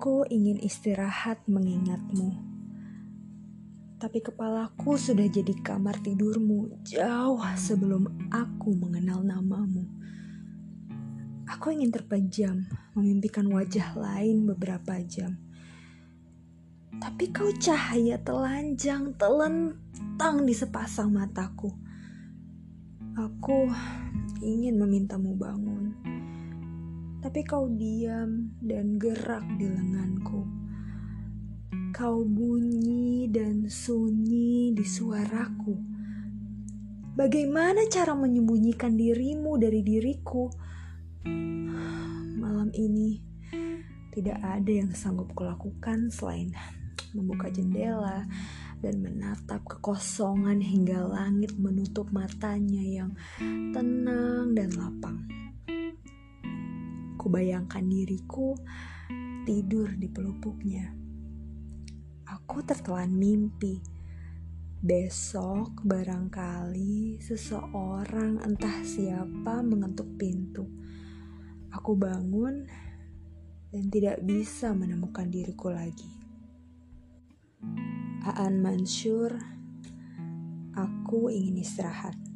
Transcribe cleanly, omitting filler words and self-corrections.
Aku ingin istirahat mengingatmu, tapi kepalaku sudah jadi kamar tidurmu jauh sebelum aku mengenal namamu. Aku ingin terpejam memimpikan wajah lain beberapa jam, tapi kau cahaya telanjang telentang di sepasang mataku. Aku ingin memintamu bangun, tapi kau diam dan gerak di lenganku. Kau bunyi dan sunyi di suaraku. Bagaimana cara menyembunyikan dirimu dari diriku? Malam ini tidak ada yang sanggup kulakukan selain membuka jendela dan menatap kekosongan hingga langit menutup matanya yang tenang dan lapang. Kubayangkan diriku tidur di pelupuknya. Aku tertelan mimpi. Besok barangkali seseorang entah siapa mengetuk pintu. Aku bangun dan tidak bisa menemukan diriku lagi. Aan Mansur, aku ingin istirahat.